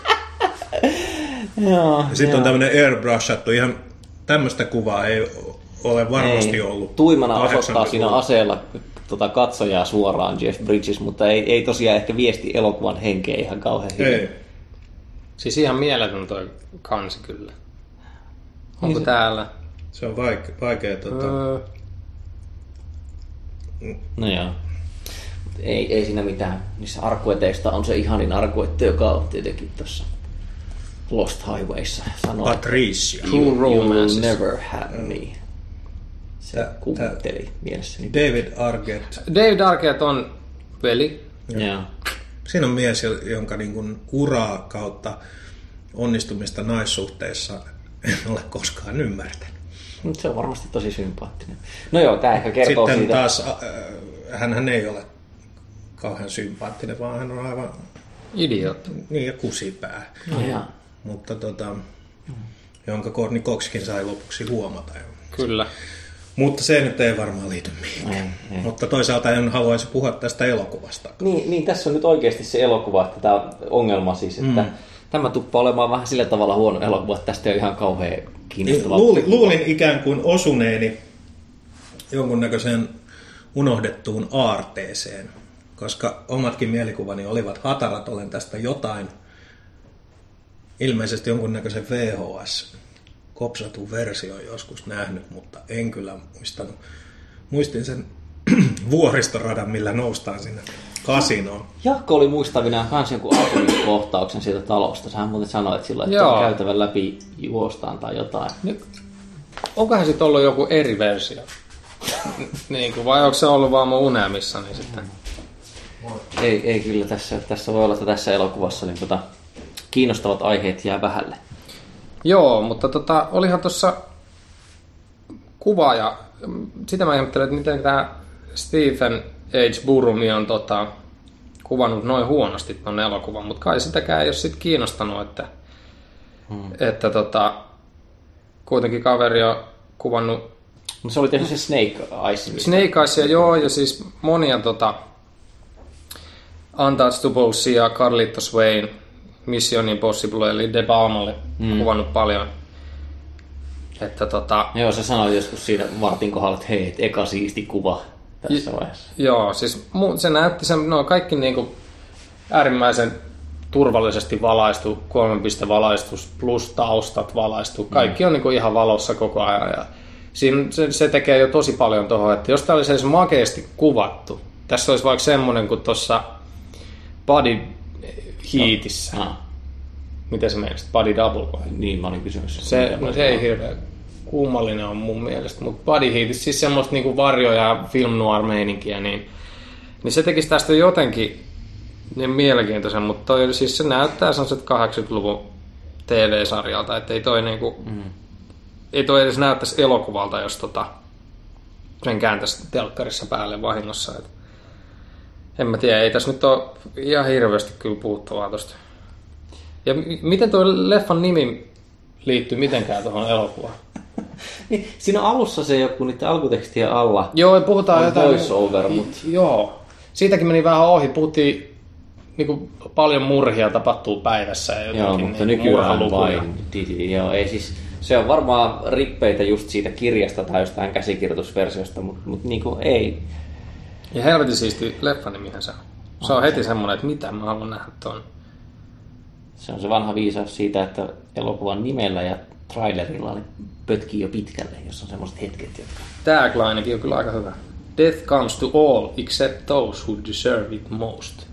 Joo, Sitten on tämmöinen airbrushlattu, ihan tämmöistä kuvaa ei ole varmasti ei. ollut. Tuimana osoittaa siinä aseella tota katsojaa suoraan Jeff Bridges, mutta ei, ei tosiaan ehkä viesti elokuvan henkeä ihan kauhean hyvin. Ei. Siis ihan mieletön toi kansi kyllä. Onko Niin se- täällä? Se on vaikea, vaikea tota... Öö, No joo. Ei, ei siinä mitään. Niissä arkueteista on se ihanin arkuette, joka on tietenkin tuossa Lost Highwayssa. Sanoo, Patricia. you, you will Romances. never have me. Se Tää- kuvitteli mielessäni. David Arquette. David Arquette on veli. Joo. Siinä on mies, jonka niin kuin uraa kautta onnistumista naissuhteissa en ole koskaan ymmärtänyt. Mut se on varmasti tosi sympaattinen. No joo, tää ehkä kertoo Sitten siitä. taas äh, hänhän ei ole kauhean sympaattinen, vaan hän on aivan Idiootti. niin ja kusipää. No joo. Mutta tota, jonka Courtney Coxkin sai lopuksi huomata. Kyllä. Mutta se nyt ei varmaan liity mihinkään. Ei, ei. Mutta toisaalta en haluaisi puhua tästä elokuvasta. Niin, niin, tässä on nyt oikeasti se elokuva, että tämä ongelma siis, että mm. tämä tuppaa olemaan vähän sillä tavalla huono elokuva, että tästä ei ole ihan kauhean kiinnostavaa. Luulin, luulin ikään kuin osuneeni jonkunnäköiseen unohdettuun aarteeseen, koska omatkin mielikuvani olivat hatarat, olen tästä jotain, ilmeisesti jonkunnäköisen V H S-kopsatun version joskus nähnyt, mutta en kyllä muistanut. Muistin sen vuoristoradan, millä noustaan sinne kasinoon. Jaakko oli muistavinaan kans jonkun asumiskohtauksen siitä talosta. Sähän muuten sanoit silloin, että Joo. on käytävän läpi juostaan tai jotain. Nyt, onkohan sitten ollut joku eri versio? niin kuin, vai onko se ollut vaan mun unelmissani niin sitten? Ei, ei kyllä tässä, tässä voi olla, että tässä elokuvassa niin tota, kiinnostavat aiheet jää vähälle. Joo, mutta tota, olihan tuossa kuva ja sitä mä ihmettelen, että miten tämä Stephen H. Burumi on tota, kuvannut noin huonosti ton elokuvan, mutta kai sitäkään ei ole sit kiinnostanut, että, hmm. että tota, kuitenkin kaveri on kuvannut No se oli tehnyt se Snake Eyes. Snake Eyesia, joo, ja siis monia tota, Untouchables'ia, Carlitos Way, Mission Impossible, eli De Palmalle mm. kuvannut paljon. Että tota... Joo, se sanoi joskus siinä Martin kohdalla, että hei, et eka siisti kuva tässä J- vaiheessa. Joo, siis mu- se näytti sen, no kaikki niinku äärimmäisen turvallisesti valaistu, kolmenpistevalaistus plus taustat valaistu. Kaikki mm. on niinku ihan valossa koko ajan. Ja siinä se, se tekee jo tosi paljon tuohon, että jos tämä olisi edes makeasti kuvattu, tässä olisi vaikka semmoinen kuin tuossa Body Heatissä. No. Ah. Miten se meinasi? Body Double vai? Niin, mä olin kysymässä. Se, no se ei hirveän kummallinen on mun mielestä, mutta Body Heatissä, siis semmoista niinku varjo- ja film noir meininkiä, niin, niin se tekisi tästä jotenkin niin mielenkiintoisen, mutta toi, siis se näyttää sellaiset kahdeksankymmentäluvun T V-sarjalta, että ei toi niinku, mm. ei toi edes näyttäisi elokuvalta, jos tota, sen kääntäisi telkkarissa päälle vahingossa. Et en mä tiedä, ei tässä nyt ole ihan hirveästi kyllä puhuttavaa tosta. Ja m- miten tuo leffan nimi liittyy mitenkään tuohon elokuvaan? Niin, siinä alussa se joku niiden alkutekstien alla. Joo, puhutaan on jotain... voice-over, mutta... Joo, siitäkin meni vähän ohi. Puhuttiin niin kuin, paljon murhia tapahtuu päivässä. Ja Joo, mutta nykyään vain. Joo, ei siis... Se on varmaan rippeitä just siitä kirjasta tai jostain käsikirjoitusversiosta, mutta, mutta niin kuin ei. Ja helvetin siisti leffan nimihän se on. Se on heti semmoinen, että mitä mä haluan nähdä tuon. Se on se vanha viisaus siitä, että elokuvan nimellä ja trailerilla oli pötkii jo pitkälle, jos on semmoiset hetket, jotka... Taglinekin on kyllä aika hyvä. Death comes to all except those who deserve it most.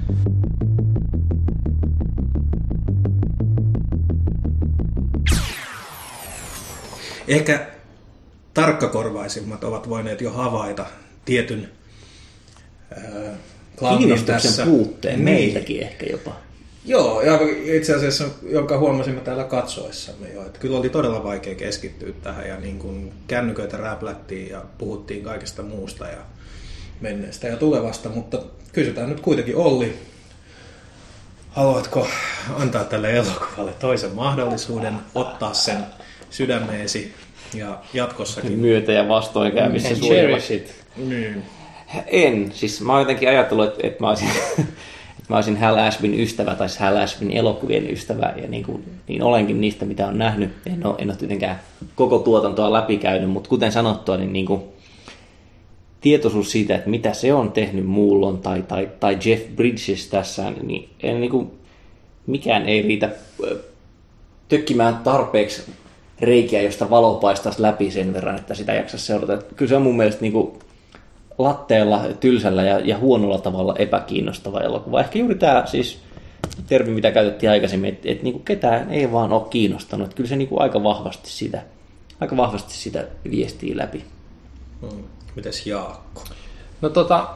Ehkä tarkkakorvaisimmat ovat voineet jo havaita tietyn äh, kiinnostuksen puutteen niin. Meiltäkin ehkä jopa. Joo, ja itse asiassa, jonka huomasimme täällä katsoessamme jo, että kyllä oli todella vaikea keskittyä tähän ja niin kuin kännyköitä räplättiin ja puhuttiin kaikesta muusta ja menneestä ja tulevasta, mutta kysytään nyt kuitenkin Olli, haluatko antaa tälle elokuvalle toisen mahdollisuuden, ottaa sen sydämeesi ja jatkossakin myötä ja vastoinkäymissä suojella. Niin. En. Siis mä oon jotenkin ajatellut, että, että mä olisin, että mä olisin Hal Ashbyn ystävä tai Hal Ashbyn elokuvien ystävä ja niin, kuin, niin olenkin niistä, mitä on nähnyt. En ole, en ole tietenkään koko tuotantoa läpikäynyt, mutta kuten sanottua, niin, niin kuin, tietoisuus siitä, että mitä se on tehnyt Mullon tai, tai, tai Jeff Bridges tässä, niin, niin kuin, mikään ei riitä tökkimään tarpeeksi reikiä, josta valo paistaisi läpi sen verran, että sitä jaksaisi seurata. Että kyllä se on mun mielestä niin kuin latteella, tylsällä ja, ja huonolla tavalla epäkiinnostava elokuva. Ehkä juuri tämä siis termi, mitä käytettiin aikaisemmin, että, että niin kuin ketään ei vaan ole kiinnostanut. Että kyllä se niin kuin aika vahvasti sitä, aika vahvasti sitä viestii läpi. Hmm. Mites Jaakko? No tota,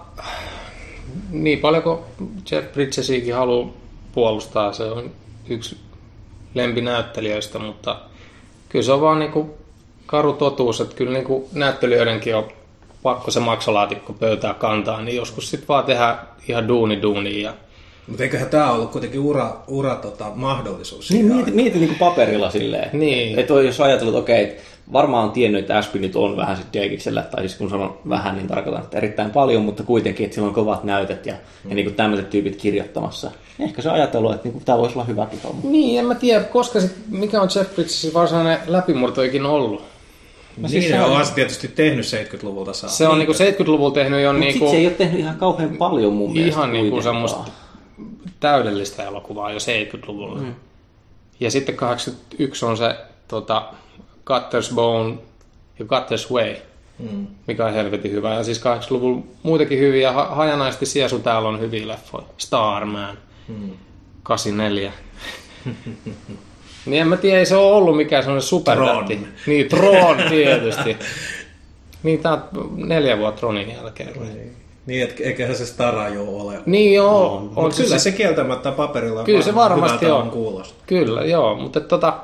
niin paljon kuin Jeff Bridgesiäkin haluaa puolustaa, se on yksi lempinäyttelijöistä, mutta kyllä se on vaan niinku karu totuus, että kyllä niinku näyttelijöidenkin on pakko se maksalaatikko pöytää kantaa, niin joskus sitten vaan tehdä ihan duuni duuni. Ja... Mutta eiköhän tämä ollut kuitenkin ura, ura tota, mahdollisuus. Niin, mieti, mieti niinku paperilla silleen. Niin. Että jos ajatellut, että okei, varmaan on tiennyt, että Ashby nyt on vähän sitten Jakeksellä, tai siis kun sanon vähän, niin tarkoitan, että erittäin paljon, mutta kuitenkin, että sillä on kovat näytöt ja, mm. ja niinku tämmöiset tyypit kirjoittamassa. Ehkä se ajatellut, että niinku, tämä voisi olla hyväkin homma. Niin, en mä tiedä, koska sit, mikä on Jeff Bridgesin varsinainen läpimurto ikin ollut. No niin, siis se on se tietysti tehnyt seitsemänkymmentäluvulta saakka. Se on niinku seitsemänkymmentäluvulla tehnyt jo... Mutta niinku, sit se ei ole tehnyt ihan kauhean paljon mun mielestä. Ihan niinku semmoista täydellistä elokuvaa jo seitsemänkymmentäluvulla. Mm. Ja sitten kahdeksankymmentäyksi on se tota, Cutter's Bone ja Cutter's Way, mm. mikä on helvetin hyvä. Ja siis kahdeksankymmentäluvulla muutenkin hyviä ja ha- hajanaisesti siesu täällä on hyviä leffoja. Starman, mm. kahdeksankymmentäneljä. Niin en mä tiedä, ei se ole ollut mikään sellainen supertähti. Tron. Niin, Tron tietysti. Niin, tää on neljä vuotta Tronin jälkeen. Niin, niin et, eiköhän se Stara jo ole. Niin joo. No, on kyllä se, se kieltämättä paperilla kyllä se varmasti on. Kuulosta. Kyllä, joo. Mutta tota,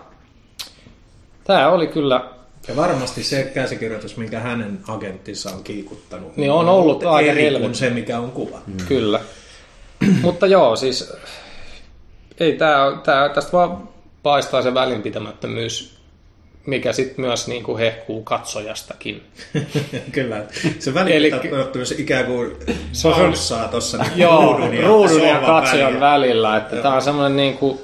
tää oli kyllä... Ja varmasti se käsikirjoitus, minkä hänen agenttinsa on kiikuttanut. Niin on ollut on aika eri helvetin. kuin se, mikä on kuvattu. Mm. Kyllä. Mutta joo, siis... Ei tää, tää, tästä vaan paistaa se välinpitämättömyys, mikä sitten myös niin kuin hehkuu katsojastakin. Kyllä, se välinpitämättömyys ikään kuin haussaa tuossa niin joo, ruudun ja, ruudun ja katsojan välillä. välillä. Että tää on semmoinen niin kuin,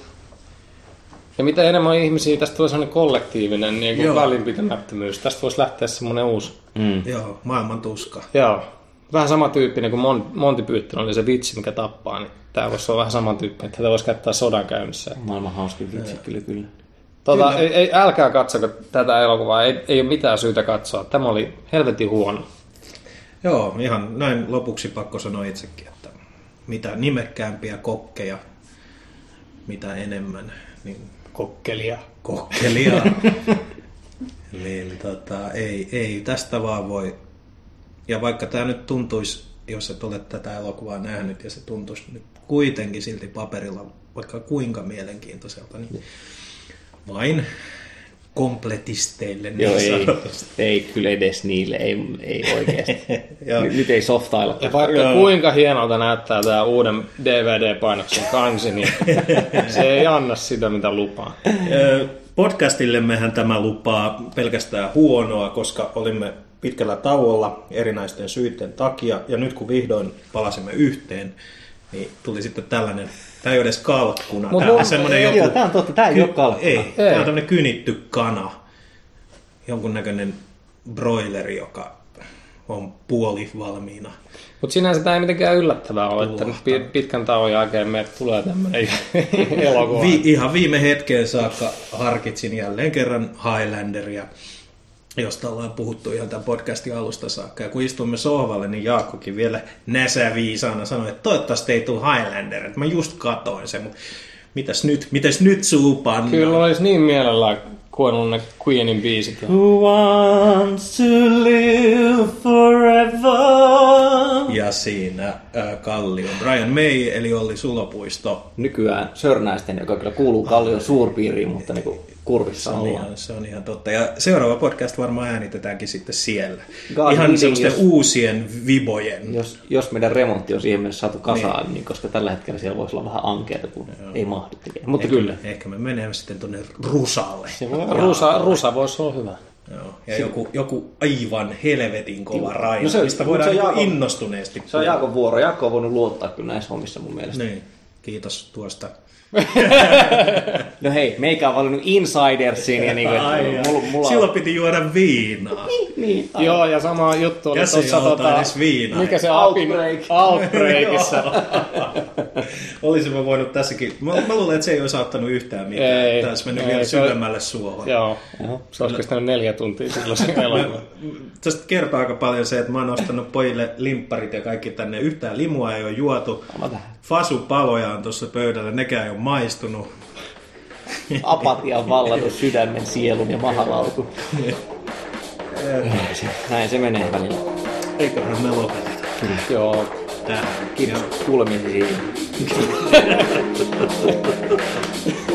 ja mitä enemmän ihmisiä, tästä tulee semmoinen kollektiivinen niin kuin välinpitämättömyys. Tästä voisi lähteä semmoinen uusi. Mm. Joo, maailman tuska. Joo, vähän samantyyppinen kuin Monty Python oli se vitsi, mikä tappaa, niin tää voisi olla vähän samantyyppinen, että tätä voisi käyttää sodan käynnissä. Maailman hauskin vitsi, kyllä, kyllä. Tota, kyllä. Ei, ei, älkää katsoko tätä elokuvaa, ei, ei ole mitään syytä katsoa. Tämä oli helvetin huono. Joo, ihan näin lopuksi pakko sanoa itsekin, että mitä nimekkäämpiä kokkeja, mitä enemmän, niin kokkelia. Kokkelia. niin tota, ei, ei tästä vaan voi. Ja vaikka tämä nyt tuntuisi, jos et ole tätä elokuvaa nähnyt ja se tuntuisi nyt kuitenkin silti paperilla vaikka kuinka mielenkiintoiselta, niin vain kompletisteille niin joo, ei, ei kyllä edes niille, ei, ei oikeasti. nyt, nyt ei softailla. Ja vaikka joo. kuinka hienolta näyttää tämä uuden D V D-painoksen kansi, niin se ei anna sitä, mitä lupaa. Podcastillemmehän tämä lupaa pelkästään huonoa, koska olimme pitkällä tauolla erinäisten syiden takia, ja nyt kun vihdoin palasimme yhteen, niin tuli sitten tällainen, tämä ei ole edes kalkkuna, Mut tämä on semmoinen joku... Joo, tämä on totta, tämä ei ky- ole kalkkuna. Ei, ei, tämä on tämmöinen kynitty kana, jonkunnäköinen broileri, joka on puoli valmiina. Mutta sinänsä tämä ei mitenkään yllättävää ole, että nyt pitkän tauon jälkeen meille tulee tämmöinen elokuva. Vi, ihan viime hetkeen saakka harkitsin jälleen kerran Highlanderia, josta ollaan puhuttu ihan tämän podcastin alusta saakka. Ja kun istuimme sohvalle, niin Jaakkokin vielä näsäviisaana sanoi, että toivottavasti ei tule Highlander. Että mä just katoin sen, mutta mitäs nyt, mitäs nyt suupannaan? Kyllä olisi niin mielellään kuunnellut ne Queenin biisit. Who wants to live forever? Ja siinä äh, Kallion Brian May, eli Olli Sulopuisto. Nykyään Sörnäisten, joka kyllä kuuluu Kallion suurpiiriin, mutta niin kuin kurvissa on ihan, se on ihan totta. Ja seuraava podcast varmaan äänitetäänkin sitten siellä. God ihan semmoisten jos, uusien vibojen. Jos, jos meidän remontti on siihen mennessä saatu kasaan, niin. niin koska tällä hetkellä siellä voisi olla vähän ankeata, kun Joo. ei mahdu tekemään. Mutta ehkä, kyllä. Ehkä me menemme sitten tuonne Rusalle. Rusa, Rusa voisi olla hyvä. Joo. Ja joku, joku aivan helvetin kova raja, no se, mistä voidaan se Jaakon, innostuneesti. Se on Jaakon vuoro. Jaakko on voinut luottaa kyllä näissä hommissa mun mielestä. Niin. Kiitos tuosta. No hei, meikä on valinnut Insidersin ja niinku, Ai, mulla, mulla silloin on... piti juoda viinaa. niin, Joo, ja sama juttu oli ja tuossa tota, mikä se Outbreak. Outbreakissa. Olisimme voinut tässäkin, mä, mä luulen, että se ei olisi auttanut yhtään mitään. Ei, Tämä olisi mennyt ei, vielä syvemmälle suohon. Joo, se olisi kestänyt neljä tuntia silloin se elämä. Tästä kertoo aika paljon se, että mä oon ostanut pojille limpparit ja kaikki tänne. Yhtään limua ei ole juotu. Fasupaloja on tuossa pöydällä, nekään ei ole maistunut. Apatia on vallannut sydämen, sielun ja mahalaukun. Näin se menee välillä. Eiköhän me lopeteta. Joo. Tähän. Kiitos kuulemisiin.